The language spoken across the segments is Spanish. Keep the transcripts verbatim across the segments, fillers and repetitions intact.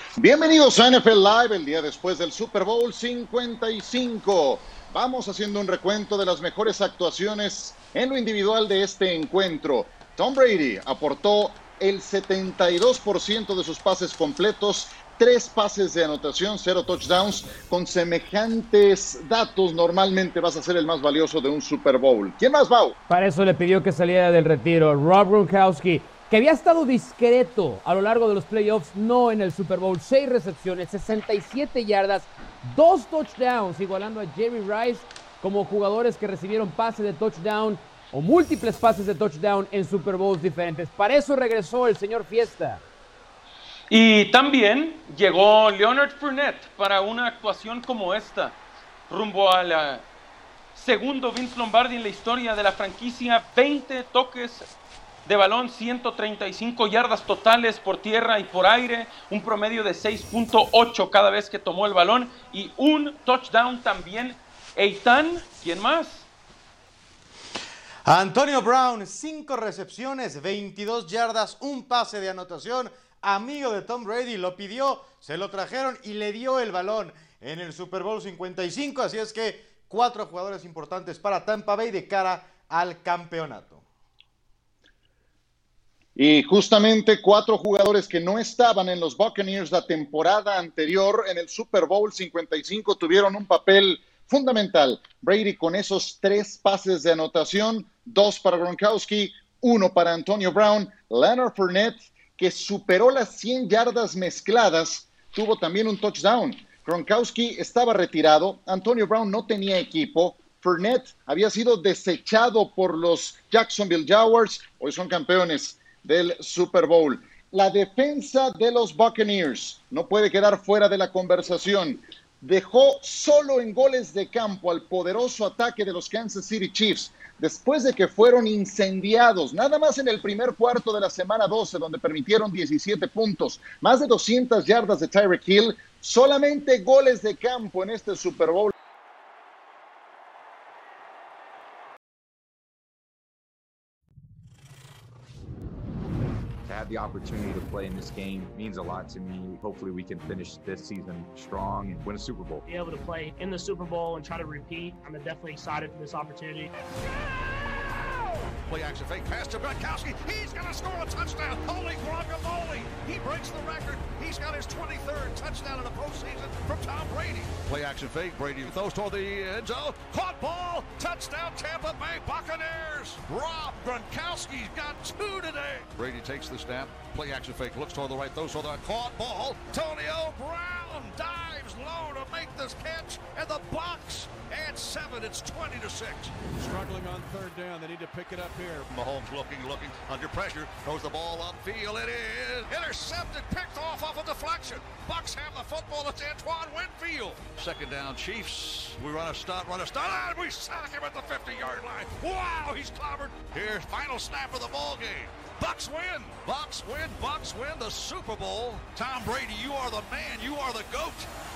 Bienvenidos a N F L Live, el día después del Super Bowl cincuenta y cinco. Vamos haciendo un recuento de las mejores actuaciones en lo individual de este encuentro. Tom Brady aportó el setenta y dos por ciento de sus pases completos, tres pases de anotación, cero touchdowns. Con semejantes datos, normalmente vas a ser el más valioso de un Super Bowl. ¿Quién más, Bau? Para eso le pidió que saliera del retiro Rob Gronkowski, que había estado discreto a lo largo de los playoffs, no en el Super Bowl. Seis recepciones, sesenta y siete yardas, dos touchdowns, igualando a Jerry Rice como jugadores que recibieron pase de touchdown o múltiples pases de touchdown en Super Bowls diferentes. Para eso regresó el señor Fiesta. Y también llegó Leonard Fournette para una actuación como esta, rumbo al segundo Vince Lombardi en la historia de la franquicia. Veinte toques de balón, ciento treinta y cinco yardas totales por tierra y por aire, un promedio de seis punto ocho cada vez que tomó el balón y un touchdown también. Eitan, ¿quién más? Antonio Brown, cinco recepciones, veintidós yardas, un pase de anotación. Amigo de Tom Brady, lo pidió, se lo trajeron y le dio el balón en el Super Bowl cincuenta y cinco. Así es que cuatro jugadores importantes para Tampa Bay de cara al campeonato. Y justamente cuatro jugadores que no estaban en los Buccaneers la temporada anterior en el Super Bowl cincuenta y cinco tuvieron un papel fundamental. Brady con esos tres pases de anotación, dos para Gronkowski, uno para Antonio Brown. Leonard Fournette, que superó las cien yardas mezcladas, tuvo también un touchdown. Gronkowski estaba retirado, Antonio Brown no tenía equipo, Fournette había sido desechado por los Jacksonville Jaguars, hoy son campeones del Super Bowl. La defensa de los Buccaneers no puede quedar fuera de la conversación. Dejó solo en goles de campo al poderoso ataque de los Kansas City Chiefs después de que fueron incendiados, nada más en el primer cuarto de la semana doce, donde permitieron diecisiete puntos, más de doscientas yardas de Tyreek Hill, solamente goles de campo en este Super Bowl. To have the opportunity to play in this game means a lot to me. Hopefully we can finish this season strong and win a Super Bowl. Be able to play in the Super Bowl and try to repeat. I'm definitely excited for this opportunity. Play action fake pass to Gronkowski. He's going to score a touchdown. Holy guacamole. He breaks the record. He's got his twenty-third touchdown in the postseason from Tom Brady. Play action fake. Brady throws toward the end zone. Caught ball. Touchdown Tampa Bay Buccaneers. Rob Gronkowski's got two today. Brady takes the snap. Play action fake. Looks toward the right. Throws toward the caught ball. Antonio Brown dives low to make this catch. And the Bucs add seven. It's twenty to six. Struggling on third down. They need to pick it up here. Mahomes looking, looking under pressure. Throws the ball upfield. It is intercepted. Picked off off a deflection. Bucs have the football. It's Antoine Winfield. Second down, Chiefs. We run a stunt, run a stunt, and we sack him at the fifty-yard line. Wow, he's clobbered. Here's final snap of the ball game. Bucs win. Bucs win. Bucs win the Super Bowl. Tom Brady, you are the man. You are the GOAT.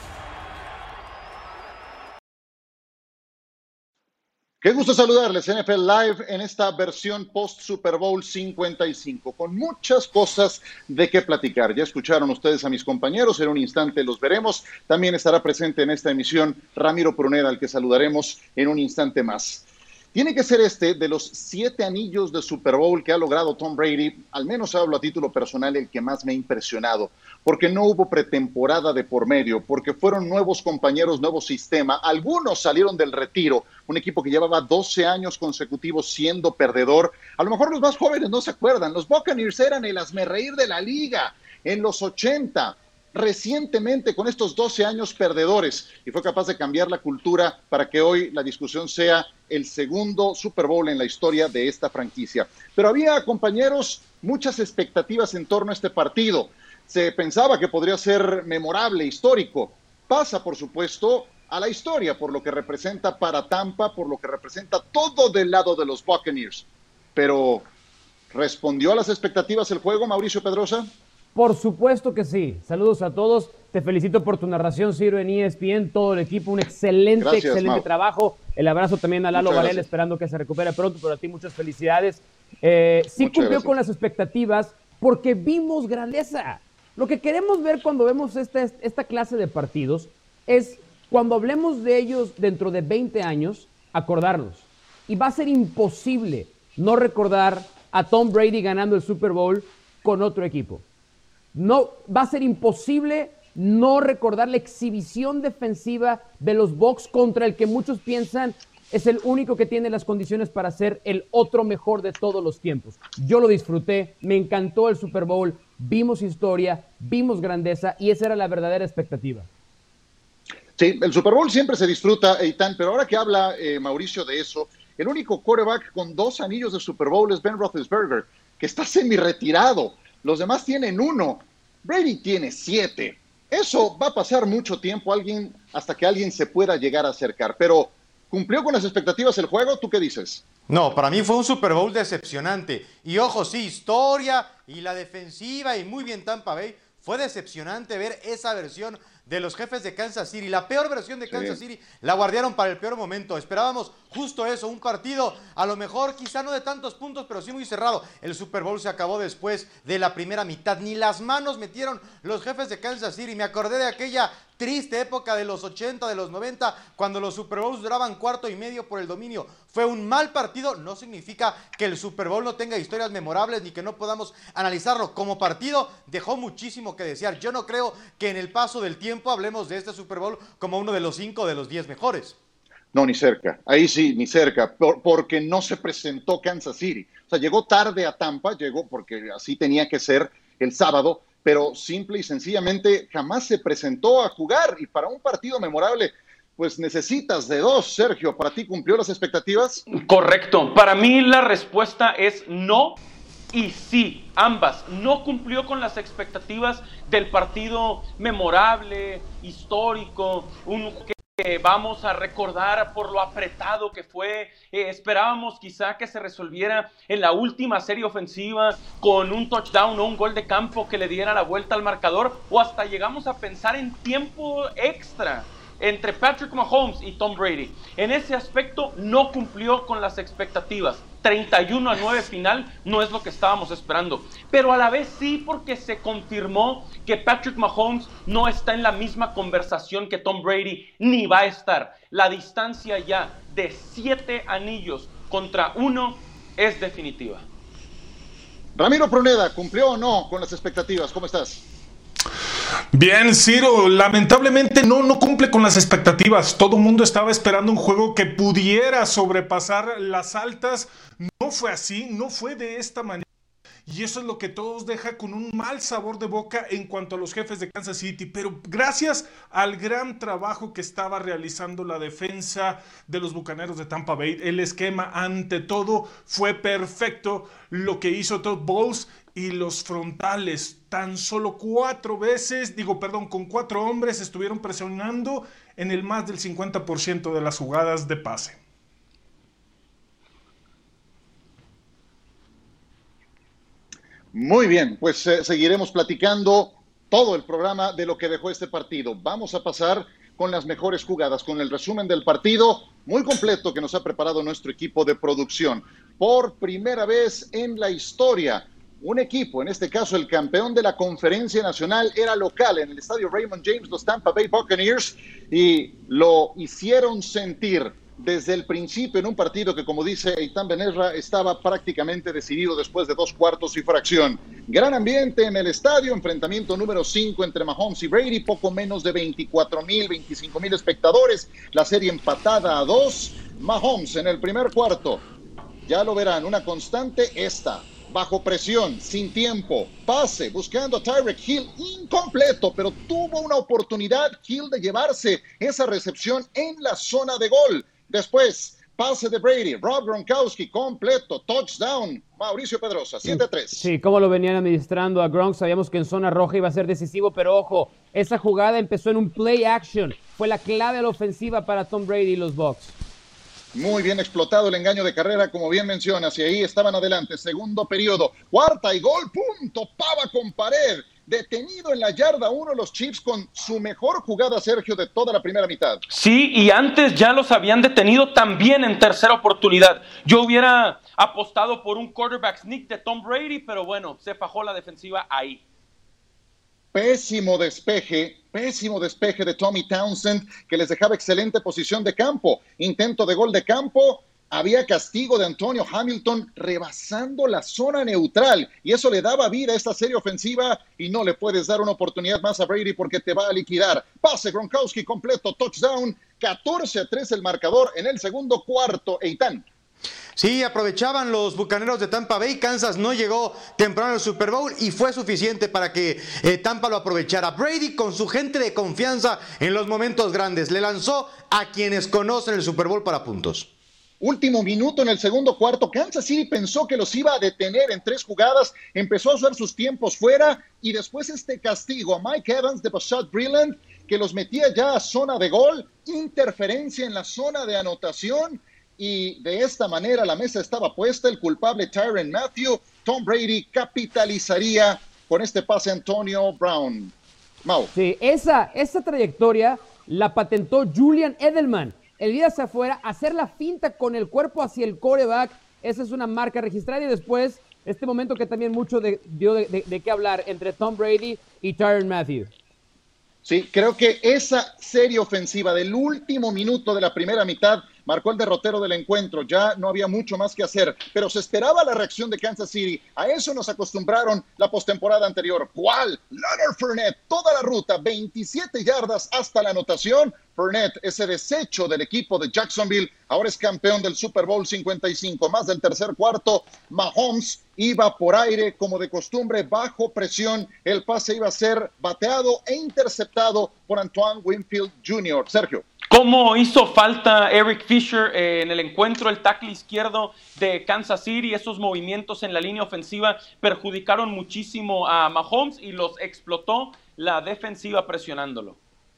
Qué gusto saludarles, N F L Live, en esta versión post-Super Bowl cincuenta y cinco, con muchas cosas de qué platicar. Ya escucharon ustedes a mis compañeros, en un instante los veremos. También estará presente en esta emisión Ramiro Pruneda, al que saludaremos en un instante más. Tiene que ser este, de los siete anillos de Super Bowl que ha logrado Tom Brady, al menos hablo a título personal, el que más me ha impresionado, porque no hubo pretemporada de por medio, porque fueron nuevos compañeros, nuevo sistema, algunos salieron del retiro, un equipo que llevaba doce años consecutivos siendo perdedor. A lo mejor los más jóvenes no se acuerdan, los Buccaneers eran el hazmerreír de la liga en los ochenta, recientemente con estos doce años perdedores, y fue capaz de cambiar la cultura para que hoy la discusión sea el segundo Super Bowl en la historia de esta franquicia. Pero había, compañeros, muchas expectativas en torno a este partido. Se pensaba que podría ser memorable, histórico. Pasa, por supuesto, a la historia por lo que representa para Tampa, por lo que representa todo del lado de los Buccaneers. Pero, ¿respondió a las expectativas el juego, Mauricio Pedrosa? Por supuesto que sí. Saludos a todos. Te felicito por tu narración, Ciro, en E S P N, todo el equipo, un excelente, gracias, excelente Mau. trabajo. El abrazo también a Lalo Muchas Varela, gracias. esperando que se recupere pronto, pero a ti muchas felicidades. Eh, sí Muchas cumplió gracias. con las expectativas porque vimos grandeza. Lo que queremos ver cuando vemos esta, esta clase de partidos es cuando hablemos de ellos dentro de veinte años, acordarlos. Y va a ser imposible no recordar a Tom Brady ganando el Super Bowl con otro equipo. No, va a ser imposible no recordar la exhibición defensiva de los Bucs contra el que muchos piensan es el único que tiene las condiciones para ser el otro mejor de todos los tiempos. Yo lo disfruté, me encantó el Super Bowl, vimos historia, vimos grandeza y esa era la verdadera expectativa. Sí, el Super Bowl siempre se disfruta, Eitan, pero ahora que habla eh, Mauricio de eso, el único quarterback con dos anillos de Super Bowl es Ben Roethlisberger, que está semi-retirado. Los demás tienen uno. Brady tiene siete. Eso va a pasar mucho tiempo alguien, hasta que alguien se pueda llegar a acercar. Pero, ¿cumplió con las expectativas el juego? ¿Tú qué dices? No, para mí fue un Super Bowl decepcionante. Y ojo, sí, historia y la defensiva y muy bien Tampa Bay. Fue decepcionante ver esa versión de los Jefes de Kansas City. La peor versión de Kansas sí. City la guardaron para el peor momento. Esperábamos justo eso, un partido a lo mejor quizá no de tantos puntos, pero sí muy cerrado. El Super Bowl se acabó después de la primera mitad. Ni las manos metieron los Jefes de Kansas City. Me acordé de aquella triste época de los ochenta, de los noventa, cuando los Super Bowls duraban cuarto y medio por el dominio. Fue un mal partido, no significa que el Super Bowl no tenga historias memorables ni que no podamos analizarlo. Como partido dejó muchísimo que desear. Yo no creo que en el paso del tiempo hablemos de este Super Bowl como uno de los cinco de los diez mejores. No, ni cerca. Ahí sí, ni cerca, por, porque no se presentó Kansas City. O sea, llegó tarde a Tampa, llegó porque así tenía que ser el sábado, pero simple y sencillamente jamás se presentó a jugar. Y para un partido memorable, pues necesitas de dos. Sergio, ¿para ti cumplió las expectativas? Correcto. Para mí la respuesta es no y sí, ambas. No cumplió con las expectativas del partido memorable, histórico, un que vamos a recordar por lo apretado que fue. Eh, esperábamos quizá que se resolviera en la última serie ofensiva con un touchdown o un gol de campo que le diera la vuelta al marcador, o hasta llegamos a pensar en tiempo extra entre Patrick Mahomes y Tom Brady. En ese aspecto no cumplió con las expectativas. treinta y uno a nueve final no es lo que estábamos esperando, pero a la vez sí, porque se confirmó que Patrick Mahomes no está en la misma conversación que Tom Brady, ni va a estar. La distancia ya de siete anillos contra uno es definitiva. Ramiro Pruneda, ¿cumplió o no con las expectativas? ¿Cómo estás? Bien, Ciro, lamentablemente no, no cumple con las expectativas. Todo el mundo estaba esperando un juego que pudiera sobrepasar las altas. No fue así, no fue de esta manera. Y eso es lo que todos deja con un mal sabor de boca en cuanto a los Jefes de Kansas City. Pero gracias al gran trabajo que estaba realizando la defensa de los Bucaneros de Tampa Bay, el esquema ante todo fue perfecto. Lo que hizo Todd Bowles y los frontales, tan solo cuatro veces, digo, perdón, con cuatro hombres estuvieron presionando en el más del cincuenta por ciento de las jugadas de pase. Muy bien, pues eh, seguiremos platicando todo el programa de lo que dejó este partido. Vamos a pasar con las mejores jugadas, con el resumen del partido muy completo que nos ha preparado nuestro equipo de producción. Por primera vez en la historia, un equipo, en este caso el campeón de la Conferencia Nacional, era local en el estadio Raymond James, los Tampa Bay Buccaneers, y lo hicieron sentir desde el principio en un partido que, como dice Eitan Benesra, estaba prácticamente decidido después de dos cuartos y fracción. Gran ambiente en el estadio, enfrentamiento número cinco entre Mahomes y Brady, poco menos de veinticuatro mil, veinticinco mil espectadores, la serie empatada a dos. Mahomes en el primer cuarto, ya lo verán, una constante esta, bajo presión, sin tiempo, pase, buscando a Tyreek Hill, incompleto, pero tuvo una oportunidad Hill de llevarse esa recepción en la zona de gol. Después, pase de Brady, Rob Gronkowski, completo, touchdown, Mauricio Pedrosa, siete tres. Sí, cómo lo venían administrando a Gronk, sabíamos que en zona roja iba a ser decisivo, pero ojo, esa jugada empezó en un play action, fue la clave a la ofensiva para Tom Brady y los Bucs. Muy bien explotado el engaño de carrera, como bien mencionas, y ahí estaban adelante, segundo periodo, cuarta y gol, pum, topaba con pared, detenido en la yarda uno los Chiefs con su mejor jugada, Sergio, de toda la primera mitad. Sí, y antes ya los habían detenido también en tercera oportunidad. Yo hubiera apostado por un quarterback sneak de Tom Brady, pero bueno, se fajó la defensiva ahí. Pésimo despeje, pésimo despeje de Tommy Townsend, que les dejaba excelente posición de campo. Intento de gol de campo, había castigo de Antonio Hamilton rebasando la zona neutral, y eso le daba vida a esta serie ofensiva, y no le puedes dar una oportunidad más a Brady porque te va a liquidar. Pase Gronkowski completo, touchdown, catorce a tres el marcador en el segundo cuarto. Eitan. Sí, aprovechaban los Bucaneros de Tampa Bay. Kansas no llegó temprano al Super Bowl y fue suficiente para que eh, Tampa lo aprovechara. Brady, con su gente de confianza en los momentos grandes, le lanzó a quienes conocen el Super Bowl para puntos. Último minuto en el segundo cuarto, Kansas City pensó que los iba a detener en tres jugadas, empezó a usar sus tiempos fuera, y después este castigo a Mike Evans de Bashad Breeland, que los metía ya a zona de gol, interferencia en la zona de anotación, y de esta manera la mesa estaba puesta. El culpable Tyrann Mathieu. Tom Brady capitalizaría con este pase a Antonio Brown. Mau. Sí, esa, esa trayectoria la patentó Julian Edelman. El día hacia afuera, hacer la finta con el cuerpo hacia el quarterback, esa es una marca registrada. Y después, este momento que también mucho de, dio de, de, de qué hablar entre Tom Brady y Tyrann Mathieu. Sí, creo que esa serie ofensiva del último minuto de la primera mitad marcó el derrotero del encuentro. Ya no había mucho más que hacer, pero se esperaba la reacción de Kansas City. A eso nos acostumbraron la postemporada anterior. ¿Cuál? Leonard Fournette, toda la ruta, veintisiete yardas hasta la anotación. Fournette, ese desecho del equipo de Jacksonville, ahora es campeón del Super Bowl cincuenta y cinco. Más del tercer cuarto, Mahomes iba por aire, como de costumbre, bajo presión. El pase iba a ser bateado e interceptado por Antoine Winfield junior Sergio. ¿Cómo hizo falta Eric Fisher eh, en el encuentro? El tackle izquierdo de Kansas City, esos movimientos en la línea ofensiva perjudicaron muchísimo a Mahomes y los explotó la defensiva presionándolo.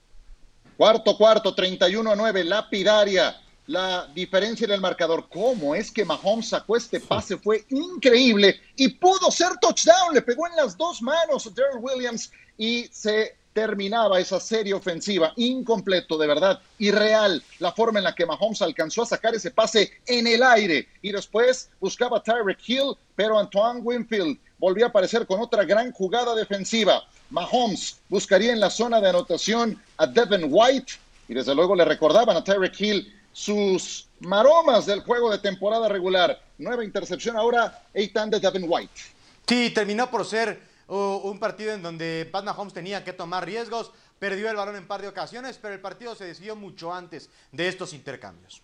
Cuarto, cuarto, treinta y uno a nueve, lapidaria. La diferencia en el marcador. ¿Cómo es que Mahomes sacó este pase? Fue increíble y pudo ser touchdown. Le pegó en las dos manos a Darrell Williams y se terminaba esa serie ofensiva. Incompleto, de verdad, irreal la forma en la que Mahomes alcanzó a sacar ese pase en el aire, y después buscaba a Tyreek Hill, pero Antoine Winfield volvió a aparecer con otra gran jugada defensiva. Mahomes buscaría en la zona de anotación a Devin White, y desde luego le recordaban a Tyreek Hill sus maromas del juego de temporada regular. Nueva intercepción ahora, Eitan, de Devin White. Sí, terminó por ser Uh, un partido en donde Pat Mahomes tenía que tomar riesgos, perdió el balón en par de ocasiones, pero el partido se decidió mucho antes de estos intercambios.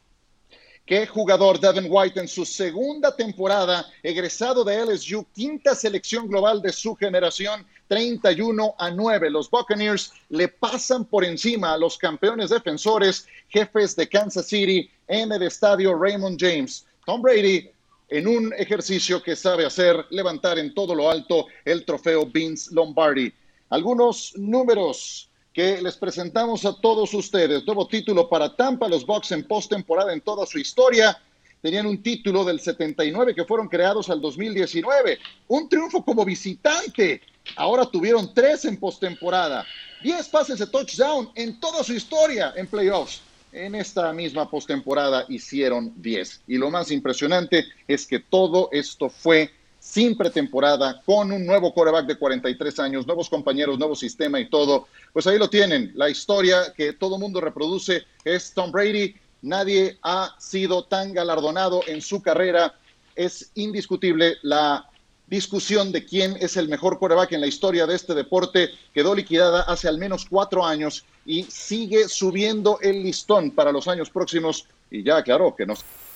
Qué jugador Devin White en su segunda temporada, egresado de L S U, quinta selección global de su generación, treinta y uno a nueve. Los Buccaneers le pasan por encima a los campeones defensores, jefes de Kansas City, en el estadio Raymond James. Tom Brady, en un ejercicio que sabe hacer, levantar en todo lo alto el trofeo Vince Lombardi. Algunos números que les presentamos a todos ustedes. Nuevo título para Tampa, los Bucs en postemporada en toda su historia. Tenían un título del setenta y nueve que fueron creados al dos mil diecinueve. Un triunfo como visitante. Ahora tuvieron tres en postemporada. Diez pases de touchdown en toda su historia en playoffs. En esta misma postemporada hicieron diez. Y lo más impresionante es que todo esto fue sin pretemporada, con un nuevo quarterback de cuarenta y tres años, nuevos compañeros, nuevo sistema y todo. Pues ahí lo tienen. La historia que todo mundo reproduce es Tom Brady. Nadie ha sido tan galardonado en su carrera. Es indiscutible. La discusión de quién es el mejor quarterback en la historia de este deporte quedó liquidada hace al menos cuatro años y sigue subiendo el listón para los años próximos. Y ya aclaró que no.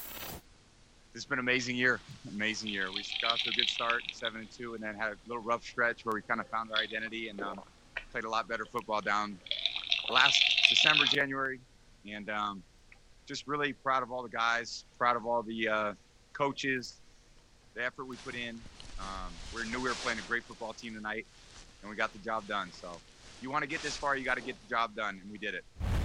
It's been an amazing year, amazing year. We got off to a good start, seven and two, and then had a little rough stretch where we kind of found our identity and um, played a lot better football down last December, January, and um, just really proud of all the guys, proud of all the uh, coaches, the effort we put in. Um, we knew we were playing a great football team tonight, and we got the job done. So, if you want to get this far, you got to get the job done, and we did it.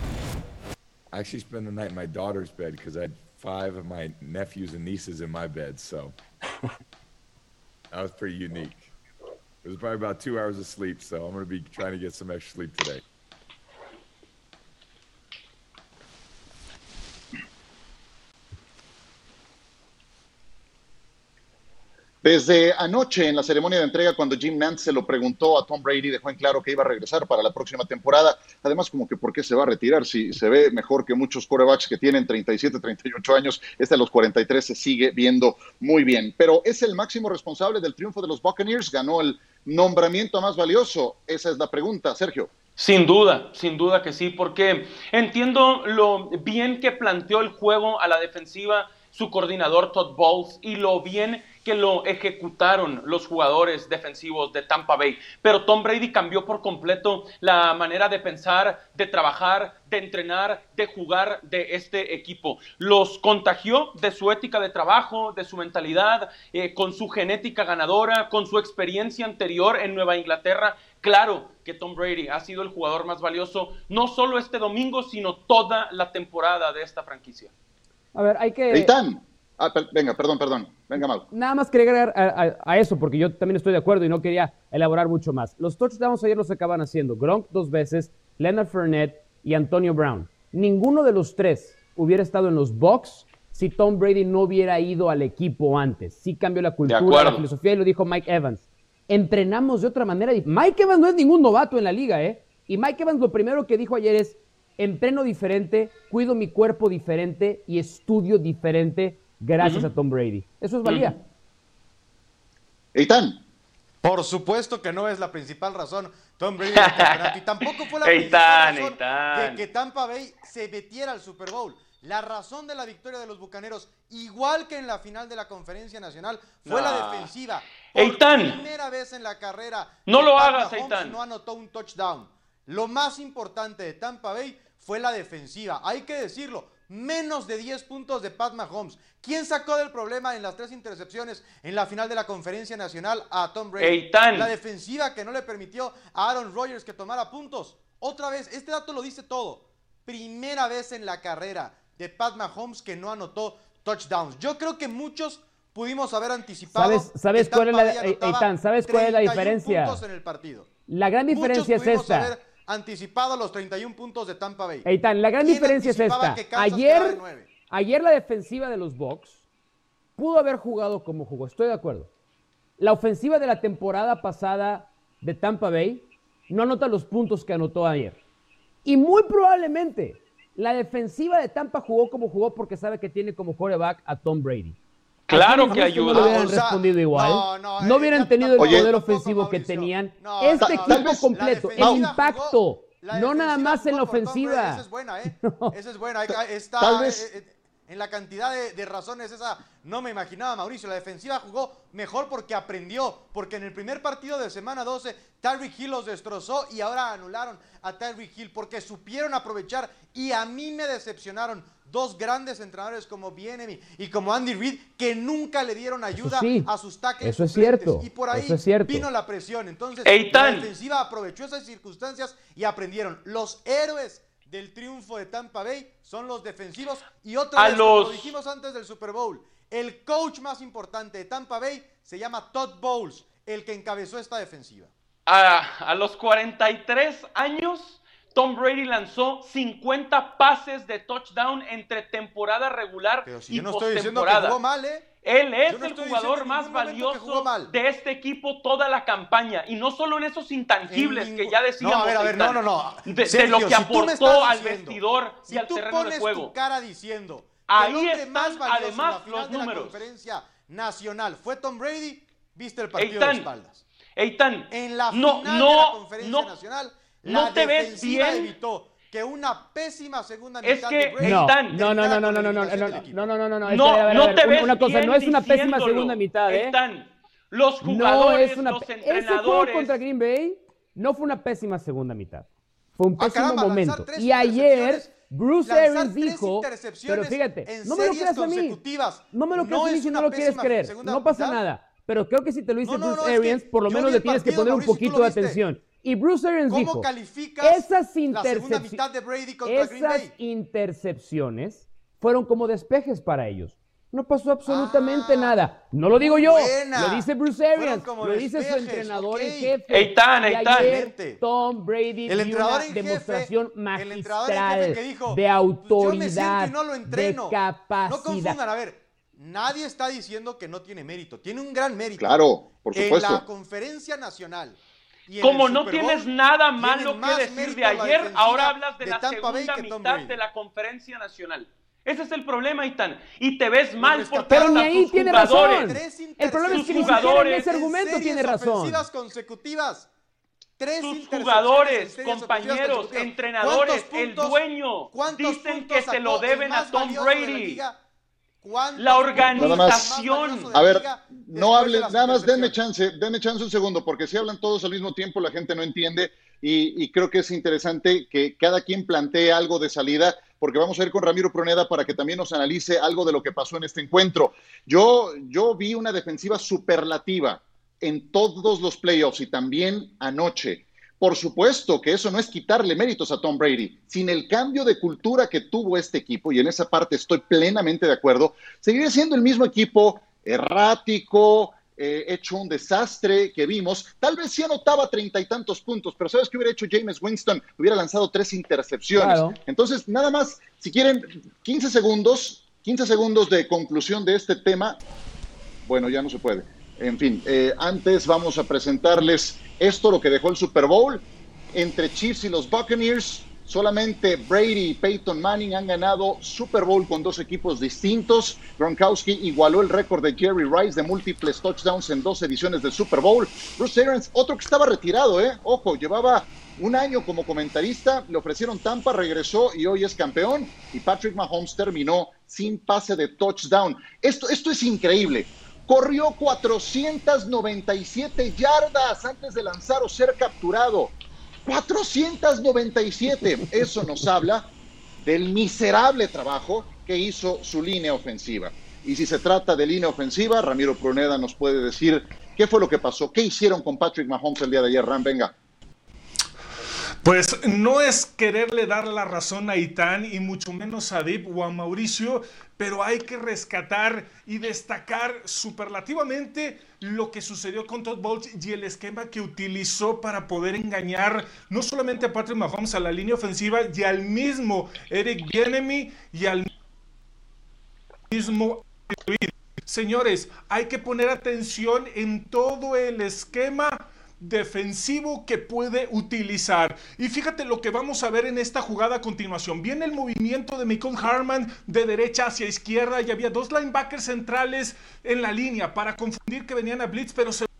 I actually spent the night in my daughter's bed because I had five of my nephews and nieces in my bed, so that was pretty unique. It was probably about two hours of sleep, so I'm going to be trying to get some extra sleep today. Desde anoche en la ceremonia de entrega, cuando Jim Nantz se lo preguntó a Tom Brady, dejó en claro que iba a regresar para la próxima temporada. Además, como que ¿por qué se va a retirar? Si se ve mejor que muchos quarterbacks que tienen treinta y siete, treinta y ocho años, este a los cuarenta y tres se sigue viendo muy bien. Pero es el máximo responsable del triunfo de los Buccaneers, ganó el nombramiento más valioso. Esa es la pregunta, Sergio. Sin duda, sin duda que sí, porque entiendo lo bien que planteó el juego a la defensiva su coordinador Todd Bowles y lo bien que lo ejecutaron los jugadores defensivos de Tampa Bay. Pero Tom Brady cambió por completo la manera de pensar, de trabajar, de entrenar, de jugar de este equipo. Los contagió de su ética de trabajo, de su mentalidad, eh, con su genética ganadora, con su experiencia anterior en Nueva Inglaterra. Claro que Tom Brady ha sido el jugador más valioso, no solo este domingo, sino toda la temporada de esta franquicia. A ver, hay que... Eitan. Ah, per- venga, perdón, perdón. Venga, Mau. Nada más quería agregar a, a, a eso, porque yo también estoy de acuerdo y no quería elaborar mucho más. Los touchdowns ayer los acaban haciendo Gronk dos veces, Leonard Fournette y Antonio Brown. Ninguno de los tres hubiera estado en los Bucs si Tom Brady no hubiera ido al equipo antes. Sí cambió la cultura, la filosofía, y lo dijo Mike Evans. Entrenamos de otra manera. Mike Evans no es ningún novato en la liga, ¿eh? Y Mike Evans lo primero que dijo ayer es: entreno diferente, cuido mi cuerpo diferente y estudio diferente gracias uh-huh. a Tom Brady. Eso es valía. Uh-huh. Eitan. Por supuesto que no es la principal razón Tom Brady del campeonato y tampoco fue la Eitan, principal razón Eitan. de que Tampa Bay se metiera al Super Bowl. La razón de la victoria de los Bucaneros, igual que en la final de la Conferencia Nacional, fue no. la defensiva. Por Eitan. primera vez en la carrera, no lo Pat hagas, Mahomes Eitan. no anotó un touchdown. Lo más importante de Tampa Bay fue la defensiva. Hay que decirlo, menos de diez puntos de Pat Mahomes. ¿Quién sacó del problema en las tres intercepciones en la final de la Conferencia Nacional a Tom Brady? Eitan. La defensiva que no le permitió a Aaron Rodgers que tomara puntos. Otra vez, este dato lo dice todo. Primera vez en la carrera de Pat Mahomes que no anotó touchdowns. Yo creo que muchos pudimos haber anticipado. ¿Sabes, sabes que cuál es la, Eitan, ¿sabes cuál es la diferencia? Puntos en el partido. La gran diferencia muchos es esta. Haber anticipado los treinta y uno puntos de Tampa Bay. Eitan, la gran diferencia es esta. Ayer, ayer la defensiva de los Bucs pudo haber jugado como jugó. Estoy de acuerdo. La ofensiva de la temporada pasada de Tampa Bay no anota los puntos que anotó ayer. Y muy probablemente la defensiva de Tampa jugó como jugó porque sabe que tiene como quarterback a Tom Brady. Claro que ayuda. No hubieran o sea, respondido igual. No, no, no hubieran tenido el oye, poder ofensivo que tenían. No, este no, equipo vez, completo, el impacto, jugó, no nada más en la ofensiva. Esa es buena, ¿eh? No. Esa es buena. Está, Tal vez... eh, en la cantidad de, de razones esa no me imaginaba, Mauricio. La defensiva jugó mejor porque aprendió, porque en el primer partido de semana doce Tyreek Hill los destrozó y ahora anularon a Tyreek Hill porque supieron aprovechar y a mí me decepcionaron dos grandes entrenadores como Bieniemy y como Andy Reid que nunca le dieron ayuda sí, a sus tackles. Eso es cierto. Y por ahí eso es cierto. vino la presión. Entonces Eitan. la defensiva aprovechó esas circunstancias y aprendieron. Los héroes del triunfo de Tampa Bay son los defensivos y otra a vez, los... como lo dijimos antes del Super Bowl, el coach más importante de Tampa Bay se llama Todd Bowles, el que encabezó esta defensiva. A, a los cuarenta y tres años, Tom Brady lanzó cincuenta pases de touchdown entre temporada regular Pero si y yo no estoy diciendo postemporada. que jugó mal, ¿eh? Él es no el jugador más valioso de este equipo toda la campaña. Y no solo en esos intangibles en que ningún... ya decíamos. No, a ver, a ver, no, no, no. De, Sergio, de lo que si aportó al diciendo, vestidor si y al terreno de juego. Si tú pones tu cara diciendo ahí que el están más valioso además en la final los de números. La conferencia nacional fue Tom Brady, viste el partido Eitan, de espaldas. Eitan, en la no, final no, de la conferencia no, nacional, no la te defensiva ves bien. evitó que una pésima segunda es mitad que, de Brady no, Eitan, no, no, no, no, no, no, no, no, no, no, no, no, no, no, ver, no ver, te una, ves una cosa, bien no es una pésima diciéndolo. segunda mitad, ¿eh? Eitan, los No jugadores, es una, los ese juego entrenadores. contra Green Bay no fue una pésima segunda mitad. Fue un Ah, pésimo caramba, momento. lanzar tres Y ayer Bruce lanzar Arians tres dijo, intercepciones pero fíjate, en no me lo series creas a mí. consecutivas. No me lo creas No a mí es si no una lo quieres pésima creer. segunda No pasa mitad. nada. Pero creo que si te lo dice No, no, Bruce no, es Arians, que por lo yo menos vi le el tienes que partido, poner un Mauricio, tú poquito lo de viste. atención. Y Bruce Arians ¿Cómo dijo, calificas esas, la segunda intercepci- mitad de Brady contra Green esas Bay? intercepciones fueron como despejes para ellos. No pasó absolutamente Ah, nada. No lo digo muy yo, buena. lo dice Bruce Fueron Arians, como lo dice su despejes, entrenador ok. en jefe. Eitan, Y Eitan. ayer Tom Brady El dio entrenador una en jefe, demostración el entrenador en jefe magistral que dijo, de "Pues yo me autoridad, siento y no lo de entreno". capacidad. No confundan, a ver, nadie está diciendo que no tiene mérito. Tiene un gran mérito. Claro, por supuesto. En la conferencia nacional. Como no tienes nada malo que decir de ayer, ahora hablas de, de la segunda mitad de la conferencia nacional. Ese es el problema, Itán. Y te ves mal porque pero ni ahí tiene razón. El problema es que ni siquiera en ese argumento tiene razón. consecutivas. Tres Sus jugadores, compañeros, entrenadores, el dueño dicen que se lo deben a Tom Brady. La organización. A ver, no hablen, nada más denme chance, denme chance un segundo, porque si hablan todos al mismo tiempo la gente no entiende y, y creo que es interesante que cada quien plantee algo de salida, porque vamos a ir con Ramiro Pruneda para que también nos analice algo de lo que pasó en este encuentro. Yo, yo vi una defensiva superlativa en todos los playoffs y también anoche. Por supuesto que eso no es quitarle méritos a Tom Brady. Sin el cambio de cultura que tuvo este equipo, y en esa parte estoy plenamente de acuerdo, seguiría siendo el mismo equipo errático, eh, hecho un desastre que vimos. Tal vez sí anotaba treinta y tantos puntos, pero ¿sabes qué hubiera hecho Jameis Winston? Hubiera lanzado tres intercepciones. Claro. Entonces, nada más, si quieren, quince segundos, quince segundos de conclusión de este tema. Bueno, ya no se puede. En fin, eh, antes vamos a presentarles esto, lo que dejó el Super Bowl. Entre Chiefs y los Buccaneers, solamente Brady y Peyton Manning han ganado Super Bowl con dos equipos distintos. Gronkowski igualó el récord de Jerry Rice de múltiples touchdowns en dos ediciones del Super Bowl. Bruce Arians, otro que estaba retirado, ¿eh? Ojo, llevaba un año como comentarista, le ofrecieron Tampa, regresó y hoy es campeón. Y Patrick Mahomes terminó sin pase de touchdown. Esto, esto es increíble. Corrió cuatrocientas noventa y siete yardas antes de lanzar o ser capturado. cuatrocientas noventa y siete. Eso nos habla del miserable trabajo que hizo su línea ofensiva. Y si se trata de línea ofensiva, Ramiro Pruneda nos puede decir qué fue lo que pasó, qué hicieron con Patrick Mahomes el día de ayer. Ram, venga. Pues no es quererle dar la razón a Itán y mucho menos a Dip o a Mauricio, pero hay que rescatar y destacar superlativamente lo que sucedió con Todd Bowles y el esquema que utilizó para poder engañar no solamente a Patrick Mahomes, a la línea ofensiva y al mismo Eric Bieniemy y al mismo... Señores, hay que poner atención en todo el esquema defensivo que puede utilizar. Y fíjate lo que vamos a ver en esta jugada a continuación. Viene el movimiento de Mecole Hardman de derecha hacia izquierda y había dos linebackers centrales en la línea para confundir que venían a blitz, pero se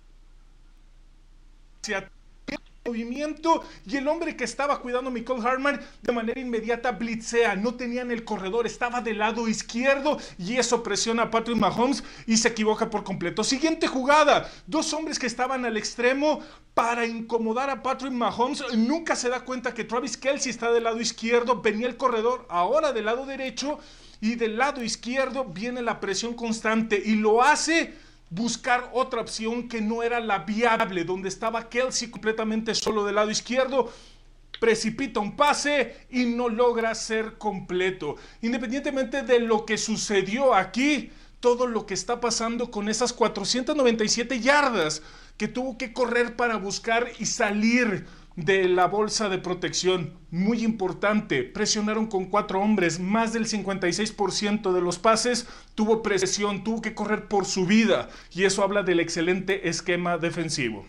hacia movimiento y el hombre que estaba cuidando a Mecole Hardman de manera inmediata blitzea, no tenían el corredor, estaba del lado izquierdo y eso presiona a Patrick Mahomes y se equivoca por completo. Siguiente jugada, dos hombres que estaban al extremo para incomodar a Patrick Mahomes, nunca se da cuenta que Travis Kelce está del lado izquierdo, venía el corredor ahora del lado derecho y del lado izquierdo viene la presión constante y lo hace buscar otra opción que no era la viable, donde estaba Kelce completamente solo del lado izquierdo, precipita un pase y no logra ser completo. Independientemente de lo que sucedió aquí, todo lo que está pasando con esas cuatrocientas noventa y siete yardas que tuvo que correr para buscar y salir de la bolsa de protección, muy importante, presionaron con cuatro hombres, más del cincuenta y seis por ciento de los pases tuvo presión, tuvo que correr por su vida y eso habla del excelente esquema defensivo.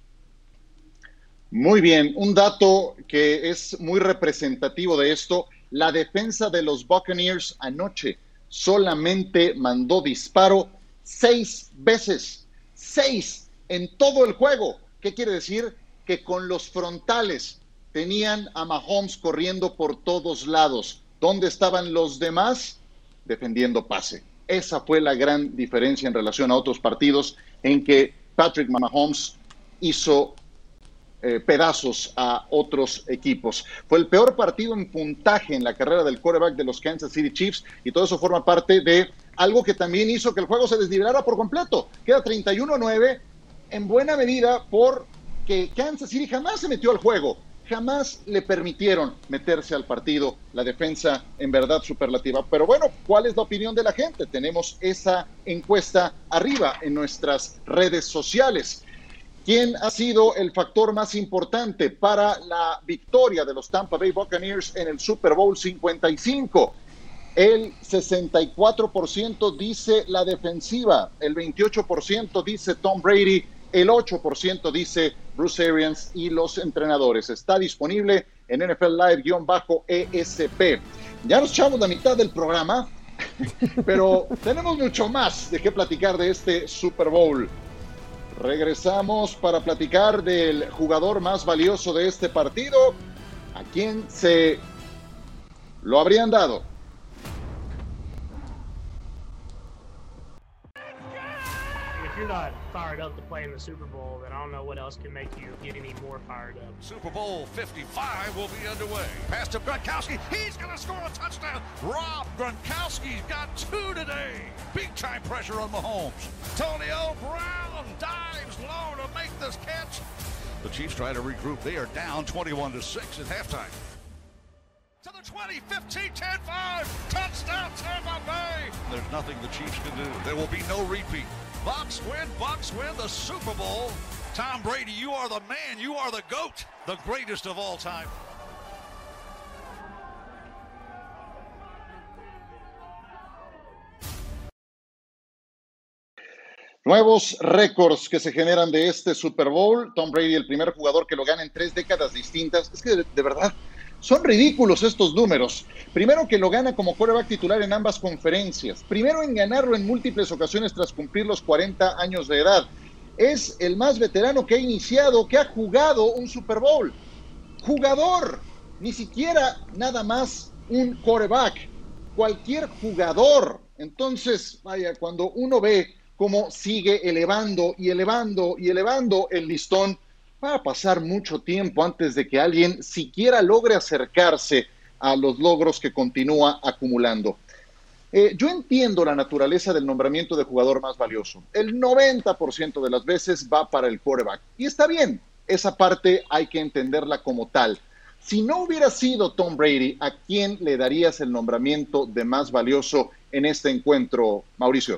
Muy bien, un dato que es muy representativo de esto, la defensa de los Buccaneers anoche solamente mandó disparo seis veces, seis en todo el juego. ¿Qué quiere decir? Que con los frontales tenían a Mahomes corriendo por todos lados. ¿Dónde estaban los demás? Defendiendo pase. Esa fue la gran diferencia en relación a otros partidos en que Patrick Mahomes hizo eh, pedazos a otros equipos. Fue el peor partido en puntaje en la carrera del quarterback de los Kansas City Chiefs y todo eso forma parte de algo que también hizo que el juego se desnivelara por completo. Queda treinta y uno a nueve en buena medida por que Kansas City jamás se metió al juego, jamás le permitieron meterse al partido, la defensa en verdad superlativa. Pero bueno, ¿cuál es la opinión de la gente? Tenemos esa encuesta arriba en nuestras redes sociales. ¿Quién ha sido el factor más importante para la victoria de los Tampa Bay Buccaneers en el Super Bowl cincuenta y cinco? El sesenta y cuatro por ciento dice la defensiva, el veintiocho por ciento dice Tom Brady, el ocho por ciento dice Bruce Arians y los entrenadores. Está disponible en N F L Live-E S P. Ya nos echamos la mitad del programa, pero tenemos mucho más de qué platicar de este Super Bowl. Regresamos para platicar del jugador más valioso de este partido, a quien se lo habrían dado. If you're not fired up to play in the Super Bowl, then I don't know what else can make you get any more fired up. Super Bowl fifty-five will be underway. Pass to Gronkowski. He's going to score a touchdown. Rob Gronkowski's got two today. Big time pressure on Mahomes. Antonio Brown dives low to make this catch. The Chiefs try to regroup. They are down twenty-one to six at halftime. To the twenty, fifteen, ten, five. Touchdown Tampa Bay. There's nothing the Chiefs can do. There will be no repeat. Bucks win, Bucks win the Super Bowl. Tom Brady, you are the man, you are the GOAT, the greatest of all time. Nuevos récords que se generan de este Super Bowl. Tom Brady, el primer jugador que lo gana en tres décadas distintas. Es que de, de verdad son ridículos estos números. Primero, que lo gana como quarterback titular en ambas conferencias. Primero en ganarlo en múltiples ocasiones tras cumplir los cuarenta años de edad. Es el más veterano que ha iniciado, que ha jugado un Super Bowl. Jugador, ni siquiera nada más un quarterback. Cualquier jugador. Entonces, vaya, cuando uno ve cómo sigue elevando y elevando y elevando el listón, va a pasar mucho tiempo antes de que alguien siquiera logre acercarse a los logros que continúa acumulando. Eh, yo entiendo la naturaleza del nombramiento de jugador más valioso. El noventa por ciento de las veces va para el quarterback. Y está bien, esa parte hay que entenderla como tal. Si no hubiera sido Tom Brady, ¿a quién le darías el nombramiento de más valioso en este encuentro, Mauricio?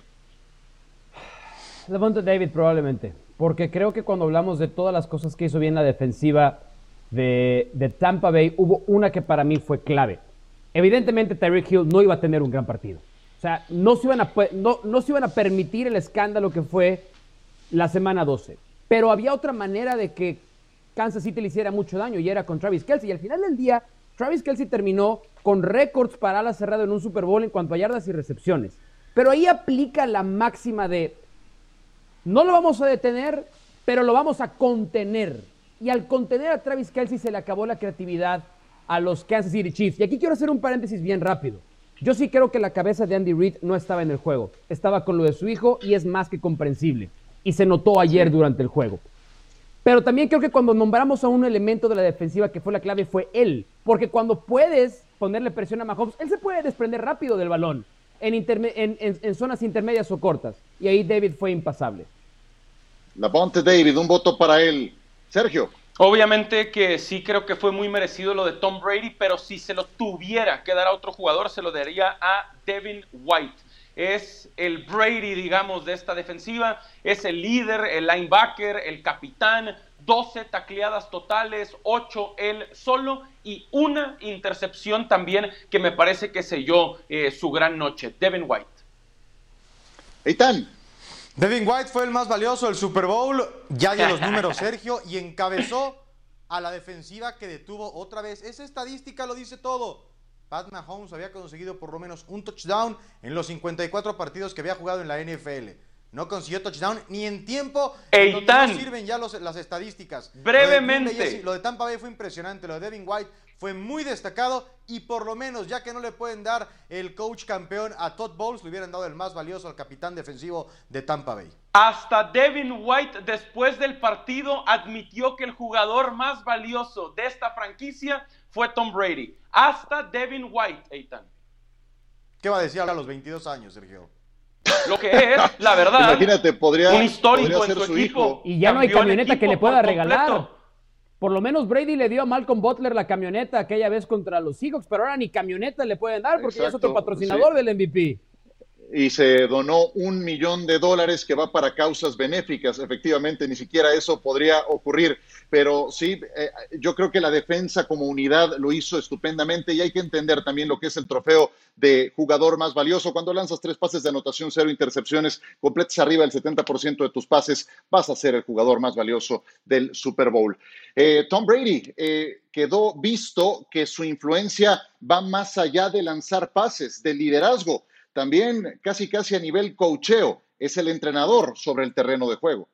Lavonte David probablemente, porque creo que cuando hablamos de todas las cosas que hizo bien la defensiva de, de Tampa Bay, hubo una que para mí fue clave. Evidentemente Tyreek Hill no iba a tener un gran partido. O sea, no se iban a, no, no se iban a permitir el escándalo que fue la semana doce. Pero había otra manera de que Kansas City le hiciera mucho daño, y era con Travis Kelce. Y al final del día, Travis Kelce terminó con récords para ala cerrada en un Super Bowl en cuanto a yardas y recepciones. Pero ahí aplica la máxima de: no lo vamos a detener, pero lo vamos a contener. Y al contener a Travis Kelce se le acabó la creatividad a los Kansas City Chiefs. Y aquí quiero hacer un paréntesis bien rápido. Yo sí creo que la cabeza de Andy Reid no estaba en el juego. Estaba con lo de su hijo, y es más que comprensible. Y se notó ayer durante el juego. Pero también creo que cuando nombramos a un elemento de la defensiva que fue la clave, fue él. Porque cuando puedes ponerle presión a Mahomes, él se puede desprender rápido del balón en, interme- en, en, en zonas intermedias o cortas. Y ahí David fue impasable. Lavonte David, un voto para él. Sergio. Obviamente que sí creo que fue muy merecido lo de Tom Brady, pero si se lo tuviera que dar a otro jugador, se lo daría a Devin White. Es el Brady, digamos, de esta defensiva. Es el líder, el linebacker, el capitán. doce tacleadas totales, ocho él solo y una intercepción también que me parece que selló eh, su gran noche. Devin White. Eitan. Devin White fue el más valioso del Super Bowl, ya hay los números, Sergio, y encabezó a la defensiva que detuvo otra vez. Esa estadística lo dice todo. Pat Mahomes había conseguido por lo menos un touchdown en los cincuenta y cuatro partidos que había jugado en la N F L. No consiguió touchdown ni en tiempo en donde no sirven ya los, las estadísticas. Brevemente. Lo de, lo de Tampa Bay fue impresionante, lo de Devin White fue muy destacado, y por lo menos, ya que no le pueden dar el coach campeón a Todd Bowles, le hubieran dado el más valioso al capitán defensivo de Tampa Bay. Hasta Devin White, después del partido, admitió que el jugador más valioso de esta franquicia fue Tom Brady. Hasta Devin White, Eitan. ¿Qué va a decir a los veintidós años, Sergio? Lo que es, la verdad, imagínate, podría, un histórico podría en su, su equipo. Hijo. Y ya no hay camioneta que le pueda regalar. Completo. Por lo menos Brady le dio a Malcolm Butler la camioneta aquella vez contra los Seahawks, pero ahora ni camioneta le pueden dar porque Exacto, ya es otro patrocinador sí. del M V P. y se donó un millón de dólares que va para causas benéficas. Efectivamente, ni siquiera eso podría ocurrir, pero sí, eh, yo creo que la defensa como unidad lo hizo estupendamente y hay que entender también lo que es el trofeo de jugador más valioso. Cuando lanzas tres pases de anotación, cero intercepciones, completas arriba del setenta por ciento de tus pases, vas a ser el jugador más valioso del Super Bowl. Eh, Tom Brady eh, quedó visto que su influencia va más allá de lanzar pases, de liderazgo. También casi casi a nivel coacheo, es el entrenador sobre el terreno de juego.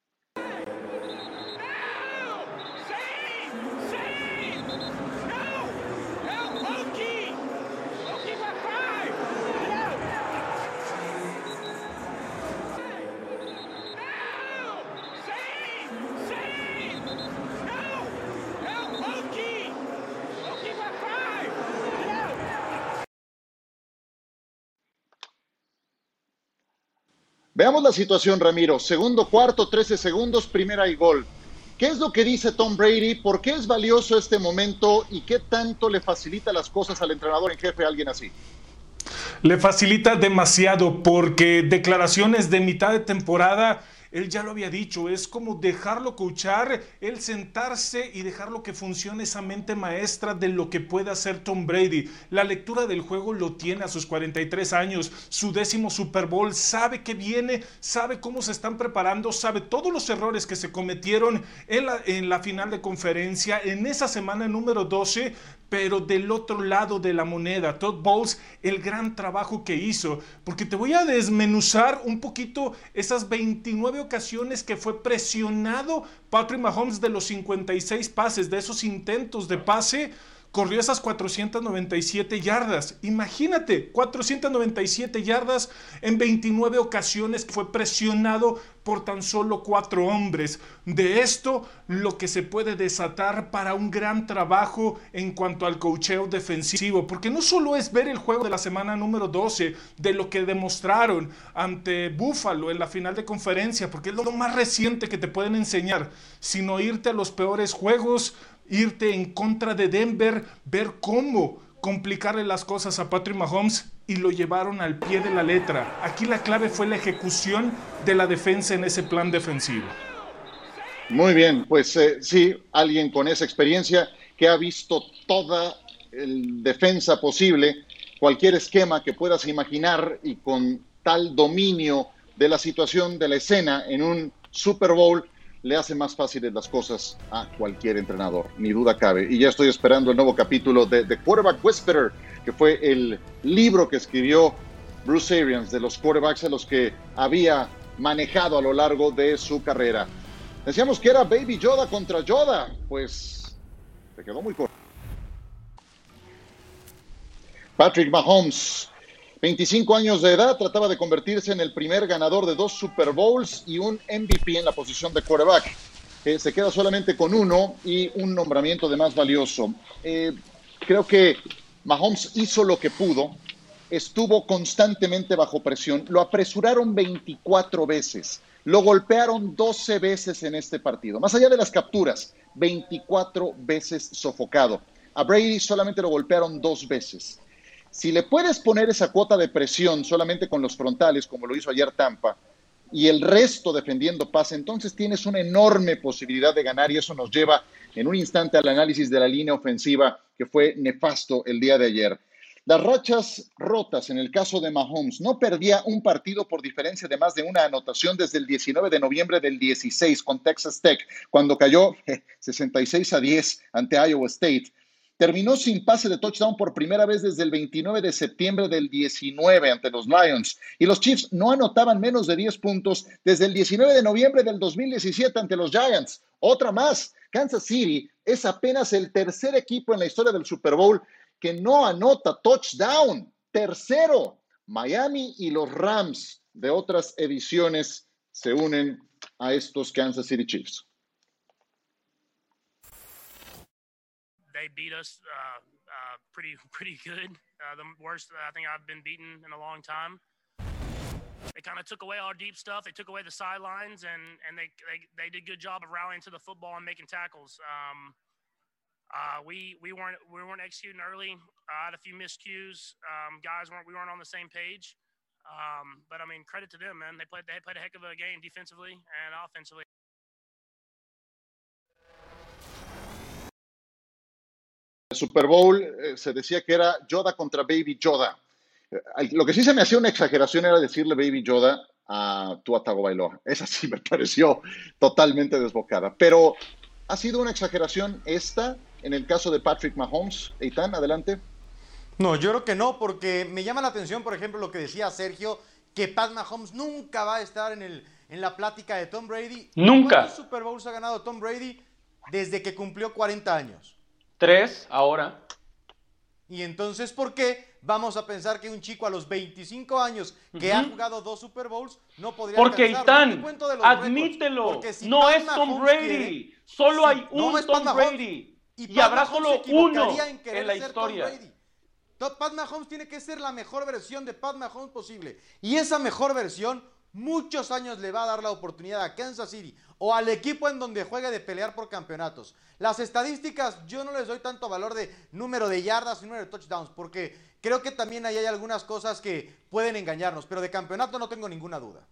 Veamos la situación, Ramiro. Segundo cuarto, trece segundos, primera y gol. ¿Qué es lo que dice Tom Brady? ¿Por qué es valioso este momento? ¿Y qué tanto le facilita las cosas al entrenador en jefe a alguien así? Le facilita demasiado porque declaraciones de mitad de temporada, él ya lo había dicho, es como dejarlo coachar, él sentarse y dejarlo que funcione esa mente maestra de lo que puede hacer Tom Brady. La lectura del juego lo tiene a sus cuarenta y tres años, su décimo Super Bowl, sabe que viene, sabe cómo se están preparando, sabe todos los errores que se cometieron en la, en la final de conferencia, en esa semana número doce, pero del otro lado de la moneda, Todd Bowles, el gran trabajo que hizo, porque te voy a desmenuzar un poquito esas veintinueve ocasiones que fue presionado Patrick Mahomes de los cincuenta y seis pases, de esos intentos de pase, corrió esas cuatrocientas noventa y siete yardas. Imagínate, cuatrocientas noventa y siete yardas en veintinueve ocasiones que fue presionado por tan solo cuatro hombres. De esto, lo que se puede desatar para un gran trabajo en cuanto al coacheo defensivo, porque no solo es ver el juego de la semana número doce, de lo que demostraron ante Buffalo en la final de conferencia, porque es lo más reciente que te pueden enseñar, sino irte a los peores juegos, irte en contra de Denver, ver cómo complicarle las cosas a Patrick Mahomes y lo llevaron al pie de la letra. Aquí la clave fue la ejecución de la defensa en ese plan defensivo. Muy bien, pues eh, sí, alguien con esa experiencia que ha visto toda el defensa posible, cualquier esquema que puedas imaginar y con tal dominio de la situación de la escena en un Super Bowl, le hace más fáciles las cosas a cualquier entrenador, ni duda cabe. Y ya estoy esperando el nuevo capítulo de The Quarterback Whisperer, que fue el libro que escribió Bruce Arians de los quarterbacks a los que había manejado a lo largo de su carrera. Decíamos que era Baby Yoda contra Yoda, pues se quedó muy corto. Patrick Mahomes, veinticinco años de edad, trataba de convertirse en el primer ganador de dos Super Bowls y un M V P en la posición de quarterback. Eh, se queda solamente con uno y un nombramiento de más valioso. Eh, creo que Mahomes hizo lo que pudo, estuvo constantemente bajo presión, lo apresuraron veinticuatro veces, lo golpearon doce veces en este partido. Más allá de las capturas, veinticuatro veces sofocado. A Brady solamente lo golpearon dos veces. Si le puedes poner esa cuota de presión solamente con los frontales, como lo hizo ayer Tampa, y el resto defendiendo pase, entonces tienes una enorme posibilidad de ganar y eso nos lleva en un instante al análisis de la línea ofensiva que fue nefasto el día de ayer. Las rachas rotas en el caso de Mahomes, no perdía un partido por diferencia de más de una anotación desde el diecinueve de noviembre del dieciséis con Texas Tech, cuando cayó eh, sesenta y seis a diez ante Iowa State. Terminó sin pase de touchdown por primera vez desde el veintinueve de septiembre del diecinueve ante los Lions. Y los Chiefs no anotaban menos de diez puntos desde el diecinueve de noviembre del dos mil diecisiete ante los Giants. Otra más, Kansas City es apenas el tercer equipo en la historia del Super Bowl que no anota touchdown. Tercero, Miami y los Rams de otras ediciones se unen a estos Kansas City Chiefs. They beat us uh, uh, pretty pretty good. Uh, the worst I think I've been beaten in a long time. They kind of took away our deep stuff. They took away the sidelines, and and they they they did a good job of rallying to the football and making tackles. Um, uh, we we weren't we weren't executing early. I had a few miscues. Um, guys weren't we weren't on the same page. Um, but I mean, credit to them, man. They played they played a heck of a game defensively and offensively. El Super Bowl eh, se decía que era Yoda contra Baby Yoda. Eh, lo que sí se me hacía una exageración era decirle Baby Yoda a Tua Tagovailoa. Esa sí me pareció totalmente desbocada. Pero ¿ha sido una exageración esta en el caso de Patrick Mahomes? Eitan, adelante. No, yo creo que no, porque me llama la atención, por ejemplo, lo que decía Sergio, que Pat Mahomes nunca va a estar en, el, en la plática de Tom Brady. Nunca. ¿Cuántos Super Bowls ha ganado Tom Brady desde que cumplió cuarenta años? Tres ahora. Y entonces, ¿por qué vamos a pensar que un chico a los veinticinco años que uh-huh. ha jugado dos Super Bowls no podría Porque alcanzarlo? Eitan, admítelo, si no Pat es Tom Mahomes Brady, quiere, solo si hay un no Tom Mahomes, Brady y, y habrá solo uno en, en la historia. Pat Mahomes tiene que ser la mejor versión de Pat Mahomes posible. Y esa mejor versión, muchos años le va a dar la oportunidad a Kansas City o al equipo en donde juegue de pelear por campeonatos. Las estadísticas, yo no les doy tanto valor de número de yardas y número de touchdowns, porque creo que también ahí hay algunas cosas que pueden engañarnos, pero de campeonato no tengo ninguna duda.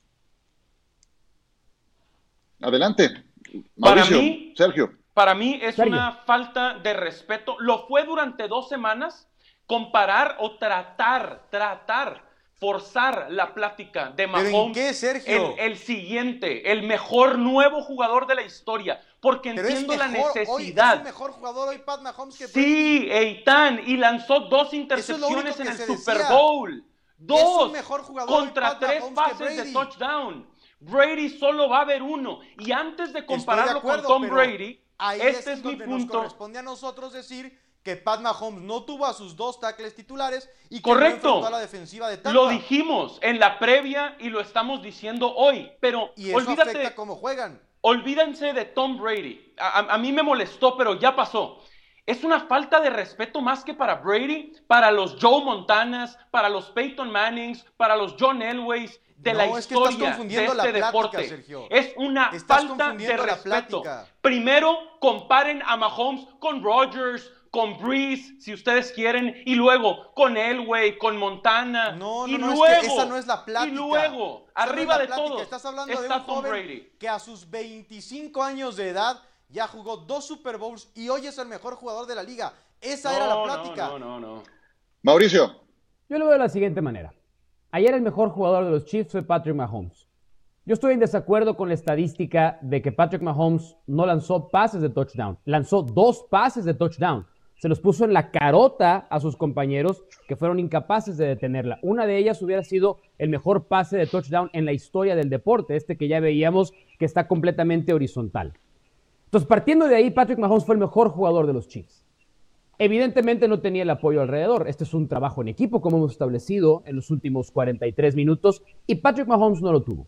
Adelante, Mauricio, para mí, Sergio. Para mí es Sergio. una falta de respeto. Lo fue durante dos semanas comparar o tratar, tratar forzar la plática de Mahomes. ¿Pero en qué, Sergio? El, el siguiente, el mejor nuevo jugador de la historia, porque Pero entiendo es mejor, la necesidad. Hoy, es un mejor jugador hoy Pat Mahomes que Brady. Sí, Eitan, y lanzó dos intercepciones en el Super decía. Bowl. Dos, es un mejor jugador contra Pat tres Mahomes pases de touchdown. Brady solo va a haber uno. Y antes de compararlo de acuerdo, con Tom Brady, ahí este es, es mi donde punto. Nos corresponde a nosotros decir que Pat Mahomes no tuvo a sus dos tackles titulares y que Correcto. no enfrentó a la defensiva de Tampa. Lo dijimos en la previa y lo estamos diciendo hoy, pero y eso olvídate, afecta cómo juegan. Olvídense de Tom Brady. A, a, a mí me molestó, pero ya pasó. Es una falta de respeto más que para Brady, para los Joe Montanas, para los Peyton Mannings, para los John Elways de no, la es que historia estás confundiendo de este la plática, deporte. Sergio. Es una estás falta de respeto. Plática. Primero, comparen a Mahomes con Rodgers, con Breeze, si ustedes quieren, y luego con Elway, con Montana. No, no, y no, luego, es que esa no es la plática. Y luego, esa arriba no es de plática. todo, estás hablando está de un Tom joven Brady. que a sus veinticinco años de edad ya jugó dos Super Bowls y hoy es el mejor jugador de la liga. Esa no, era la plática. No, no, no, no. Mauricio. Yo lo veo de la siguiente manera. Ayer el mejor jugador de los Chiefs fue Patrick Mahomes. Yo estoy en desacuerdo con la estadística de que Patrick Mahomes no lanzó pases de touchdown. Lanzó dos pases de touchdown. Se los puso en la carota a sus compañeros que fueron incapaces de detenerla. Una de ellas hubiera sido el mejor pase de touchdown en la historia del deporte, este que ya veíamos que está completamente horizontal. Entonces, partiendo de ahí, Patrick Mahomes fue el mejor jugador de los Chiefs. Evidentemente no tenía el apoyo alrededor. Este es un trabajo en equipo, como hemos establecido en los últimos cuarenta y tres minutos, y Patrick Mahomes no lo tuvo.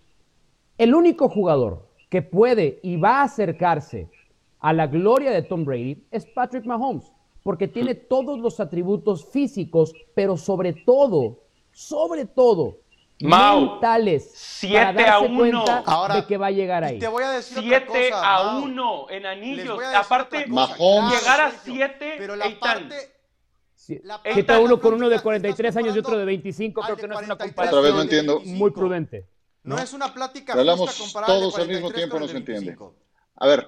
El único jugador que puede y va a acercarse a la gloria de Tom Brady es Patrick Mahomes, porque tiene todos los atributos físicos, pero sobre todo, sobre todo, Mau, mentales, siete a uno Ahora, de que va a llegar ahí. Te voy a decir siete otra cosa, a Mau. uno en anillos. Aparte, Mahomes, llegar a siete, pero la Eitan. parte... siete a uno con uno de cuarenta y tres años y otro de veinticinco, creo que no es una comparación Otra vez no entiendo. muy prudente. No, no es una plática Pero hablamos justa comparada todos al mismo tiempo, no se entiende. A ver,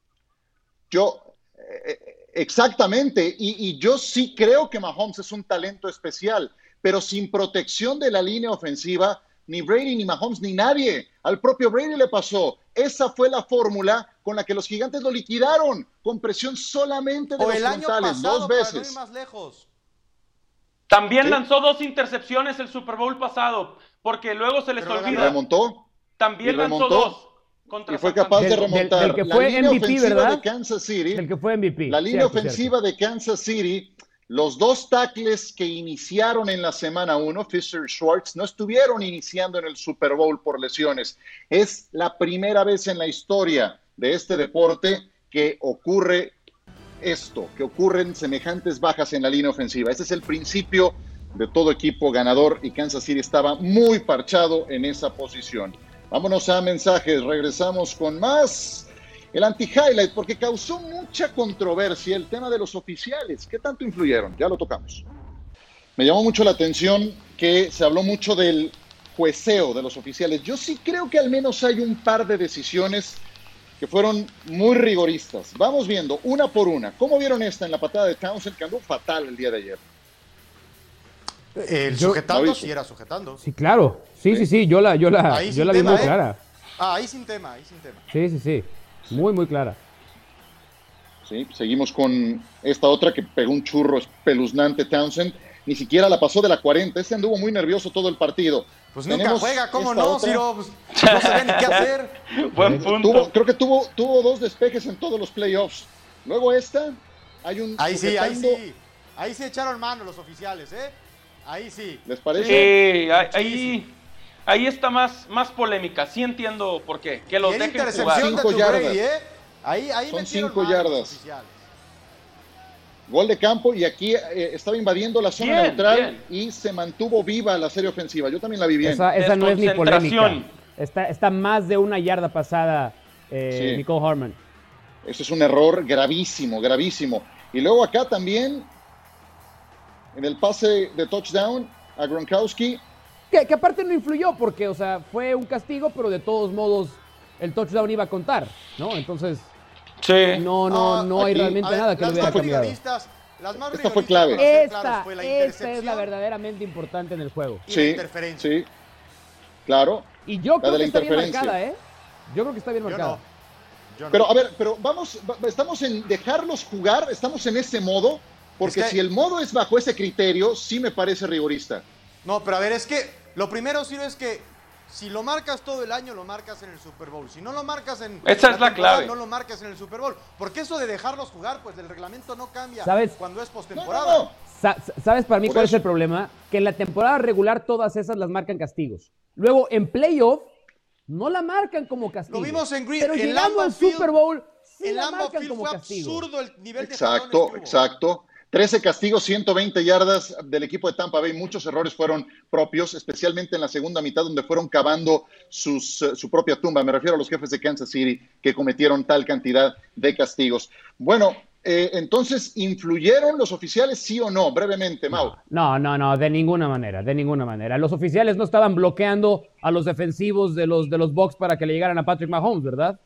yo... Eh, exactamente, y, y yo sí creo que Mahomes es un talento especial, pero sin protección de la línea ofensiva, ni Brady, ni Mahomes, ni nadie. Al propio Brady le pasó. Esa fue la fórmula con la que los gigantes lo liquidaron, con presión solamente de o los el año frontales, pasado, dos veces. Para no ir más lejos. También ¿Sí? lanzó dos intercepciones el Super Bowl pasado, porque luego se les Pero olvida. remontó. También y lanzó remontó, dos. Contra y fue San capaz de Del- del- remontar. del que la fue línea M V P, ofensiva ¿verdad? de Kansas City. El que fue M V P. La línea Cierto, ofensiva cierto. de Kansas City, los dos tackles que iniciaron en la semana uno, Fisher y Schwartz, no estuvieron iniciando en el Super Bowl por lesiones. Es la primera vez en la historia de este deporte que ocurre esto, que ocurren semejantes bajas en la línea ofensiva. Ese es el principio de todo equipo ganador y Kansas City estaba muy parchado en esa posición. Vámonos a mensajes, regresamos con más. El anti-highlight, porque causó mucha controversia el tema de los oficiales. ¿Qué tanto influyeron? Ya lo tocamos. Me llamó mucho la atención que se habló mucho del jueceo de los oficiales. Yo sí creo que al menos hay un par de decisiones que fueron muy rigoristas. Vamos viendo una por una. ¿Cómo vieron esta en la patada de Townsend, que andó fatal el día de ayer? El sujetando sí era sujetando. Sí, claro. Sí, sí, sí, sí. Yo la, yo la, yo la vi muy ¿eh? clara. Ah, ahí sin tema, ahí sin tema. Sí, sí, sí. Muy, muy clara. Sí, seguimos con esta otra que pegó un churro espeluznante Townsend. Ni siquiera la pasó de la cuarenta. Este anduvo muy nervioso todo el partido. Pues nunca juega, ¿cómo no, Ciro? Pues, no sabía ni qué hacer. Buen punto. Tuvo, creo que tuvo, tuvo dos despejes en todos los playoffs. Luego esta, hay un... Ahí sí, ahí sujetando. sí. Ahí sí echaron mano los oficiales, ¿eh? Ahí sí. ¿Les parece? Sí, ahí, ahí, ahí está más, más polémica. Sí entiendo por qué. Que los Y en dejen intercepción jugar. Cinco de Tom yardas. Brady, ¿eh? Ahí, ahí Son metieron cinco mano los yardas. oficiales. Gol de campo y aquí eh, estaba invadiendo la zona Bien, neutral bien. y se mantuvo viva la serie ofensiva. Yo también la vi bien. Esa, esa no es ni polémica. Desconcentración. Está, está más de una yarda pasada eh, Sí. Nicole Harman. Eso es un error gravísimo, gravísimo. Y luego acá también, en el pase de touchdown a Gronkowski, Que, que aparte no influyó porque, o sea, fue un castigo, pero de todos modos el touchdown iba a contar, ¿no? Entonces, Sí. no, no, Ah, no hay aquí, realmente A ver, nada que lo las hubiera más cambiado. rigoristas, las más Esta fue rigoristas, clave. para ser Esta, claros, fue la esta es la intercepción verdaderamente importante en el juego. y la sí, interferencia. sí, claro. Y yo La creo de que la está bien interferencia. marcada, ¿eh? Yo creo que está bien Yo marcada. no. Yo no. Pero a ver, pero vamos, va- estamos en dejarlos jugar, estamos en ese modo, porque Es que- si el modo es bajo ese criterio, sí me parece rigorista. No, pero a ver, es que lo primero, Ciro, es que si lo marcas todo el año, lo marcas en el Super Bowl. Si no lo marcas en Esa es la temporada, clave. no lo marcas en el Super Bowl. Porque eso de dejarlos jugar, pues el reglamento no cambia ¿Sabes? cuando es No, postemporada. no, no. Sa- ¿Sabes para mí Por cuál eso. es el problema? Que en la temporada regular todas esas las marcan castigos. Luego en playoff no la marcan como castigo. Lo vimos en Green, Pero en llegando Lambeau al Field- Super Bowl sí En la Lambeau marcan Field como fue castigo. absurdo el nivel de Exacto, jalones que hubo. exacto. trece castigos, ciento veinte yardas del equipo de Tampa Bay. Muchos errores fueron propios, especialmente en la segunda mitad, donde fueron cavando sus, eh, su propia tumba. Me refiero a los jefes de Kansas City que cometieron tal cantidad de castigos. Bueno, eh, entonces, ¿influyeron los oficiales, sí o no? Brevemente, Mau. No, no, no, de ninguna manera, de ninguna manera. Los oficiales no estaban bloqueando a los defensivos de los, de los Bucs para que le llegaran a Patrick Mahomes, ¿verdad?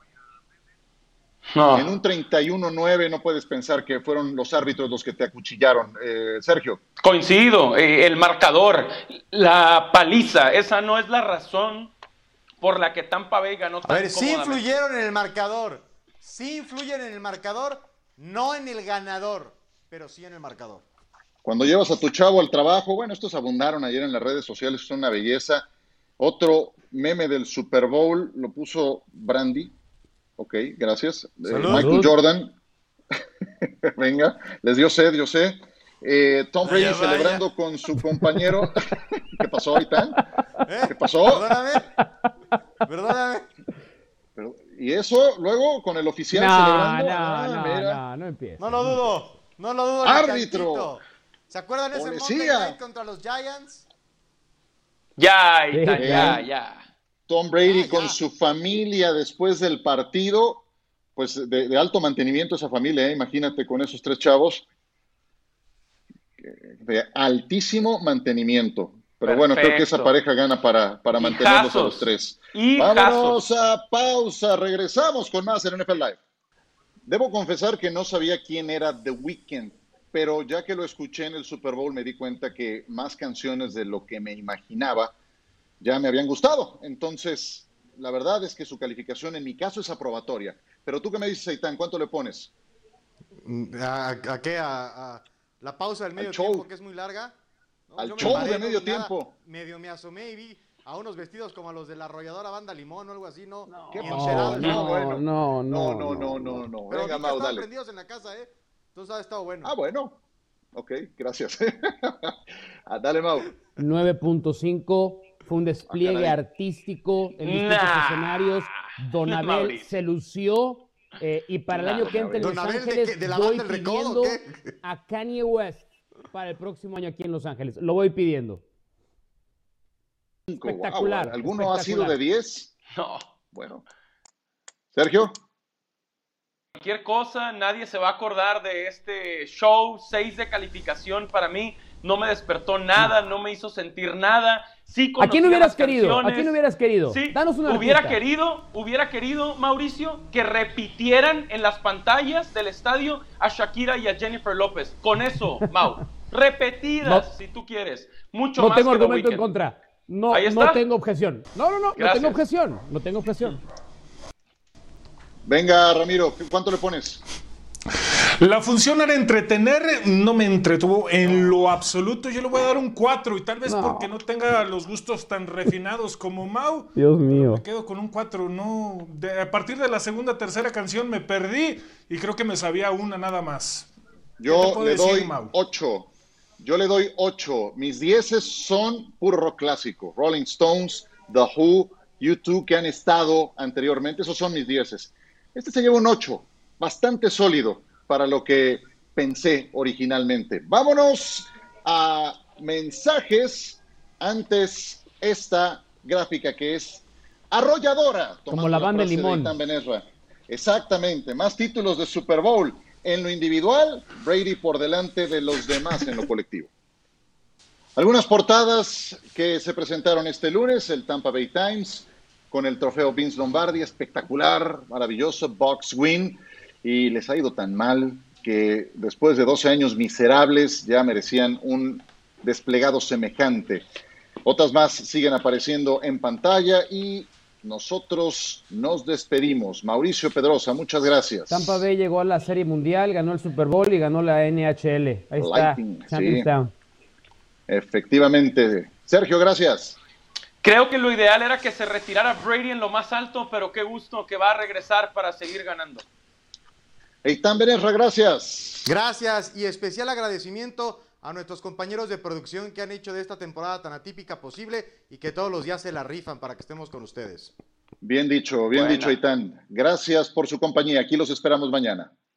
No. En un treinta y uno nueve no puedes pensar que fueron los árbitros los que te acuchillaron. Eh, Sergio. Coincido, eh, el marcador, la paliza, esa no es la razón por la que Tampa Bay ganó A tan ver, sí cómodamente. influyeron en el marcador. Sí influyen en el marcador, no en el ganador, pero sí en el marcador. Cuando llevas a tu chavo al trabajo, bueno, estos abundaron ayer en las redes sociales, son una belleza. Otro meme del Super Bowl lo puso Brandy. Ok, gracias. Eh, Salud. Michael Jordan. Venga, les dio sed, yo sé. Eh, Tom Brady Vaya, vaya. celebrando con su compañero. ¿Qué pasó, Aitán? ¿Eh? ¿Qué pasó? Perdóname. Perdóname. Pero- y eso, luego con el oficial No, celebrando. no, Ah, no, mira. no, no empieces. No lo dudo. No lo dudo. ni Árbitro. tantito. ¿Se acuerdan ese Policía. Monday Night contra los Giants? Ya, Ita, Sí. ya, ya. Tom Brady Ah, ya. con su familia después del partido, pues de, de alto mantenimiento esa familia, ¿eh? Imagínate con esos tres chavos, eh, de altísimo mantenimiento. Pero bueno, creo que esa Perfecto. pareja gana para, para mantenerlos a los Hijazos. tres. Hijazos. Vámonos a pausa, regresamos con más en N F L Live. Debo confesar que no sabía quién era The Weeknd, pero ya que lo escuché en el Super Bowl me di cuenta que más canciones de lo que me imaginaba ya me habían gustado. Entonces, la verdad es que su calificación en mi caso es aprobatoria. Pero tú qué me dices, Aitán, ¿cuánto le pones? ¿A, a qué? ¿A, a la pausa del medio Al show. tiempo, que es muy larga? No, Al yo me show paré, de no medio vi nada. tiempo. Medio me asomé y vi a unos vestidos como a los de la arrolladora Banda Limón o algo así, ¿no? ¿Qué Ni pasó? enterados, No, No, no, bueno. no, No, no, no, no, no, no. Pero Venga, vi que Mau, estaban dale. prendidos en la casa, ¿eh? Entonces ha estado bueno. Ah, bueno. Ok, gracias. Ah, dale, Mau. nueve punto cinco, fue un despliegue Ah, caray. artístico en distintos Nah. escenarios. Don Abel Mauricio. se lució eh, y para el Nah, año que entra en Don Los Abel, ¿de Ángeles qué? ¿De la voy banda El Recodo pidiendo o qué? a Kanye West para el próximo año aquí en Los Ángeles. Lo voy pidiendo. Cinco, Espectacular, wow. ¿Alguno ha sido espectacular. de diez? No. Bueno. Sergio. Cualquier cosa, nadie se va a acordar de este show, seis de calificación para mí. no me despertó nada, no me hizo sentir nada. Sí, ¿A quién hubieras querido? canciones. ¿A quién hubieras querido? Sí, Danos una hubiera respuesta. querido, hubiera querido, Mauricio, que repitieran en las pantallas del estadio a Shakira y a Jennifer López. Con eso, Mau. Repetidas, No. si tú quieres. Mucho No más tengo que The argumento en Weeknd. contra. No, Ahí no está. tengo objeción. No, no, no, no Gracias. tengo objeción. No tengo objeción. Venga, Ramiro, ¿cuánto le pones? La función era entretener, no me entretuvo en lo absoluto. Yo le voy a dar un cuatro y tal vez No. porque no tenga los gustos tan refinados como Mau. Dios mío. Me quedo con un cuatro. No, de- a partir de la segunda, tercera canción me perdí y creo que me sabía una nada más. ¿Qué te Yo puedo le decir, doy Mau? ocho. Yo le doy ocho. Mis dieces son puro rock clásico. Rolling Stones, The Who, U dos, que han estado anteriormente. Esos son mis dieces. Este se lleva un ocho. Bastante sólido para lo que pensé originalmente. Vámonos a mensajes. Antes esta gráfica que es arrolladora. Como la banda de frase Limón. Eitan Benesra. Exactamente. Más títulos de Super Bowl. En lo individual, Brady por delante de los demás en lo colectivo. Algunas portadas que se presentaron este lunes, el Tampa Bay Times con el trofeo Vince Lombardi, espectacular, maravilloso, box win, y les ha ido tan mal que después de doce años miserables ya merecían un desplegado semejante. Otras más siguen apareciendo en pantalla y nosotros nos despedimos. Mauricio Pedrosa, muchas gracias. Tampa Bay llegó a la Serie Mundial, ganó el Super Bowl y ganó la N H L. Ahí está, Lightning, Champions sí. Town. Efectivamente. Sergio, gracias. Creo que lo ideal era que se retirara Brady en lo más alto, pero qué gusto que va a regresar para seguir ganando. Eitan Benesra, gracias. Gracias y especial agradecimiento a nuestros compañeros de producción que han hecho de esta temporada tan atípica posible y que todos los días se la rifan para que estemos con ustedes. Bien dicho, bien Buena. dicho, Eitan. Gracias por su compañía. Aquí los esperamos mañana.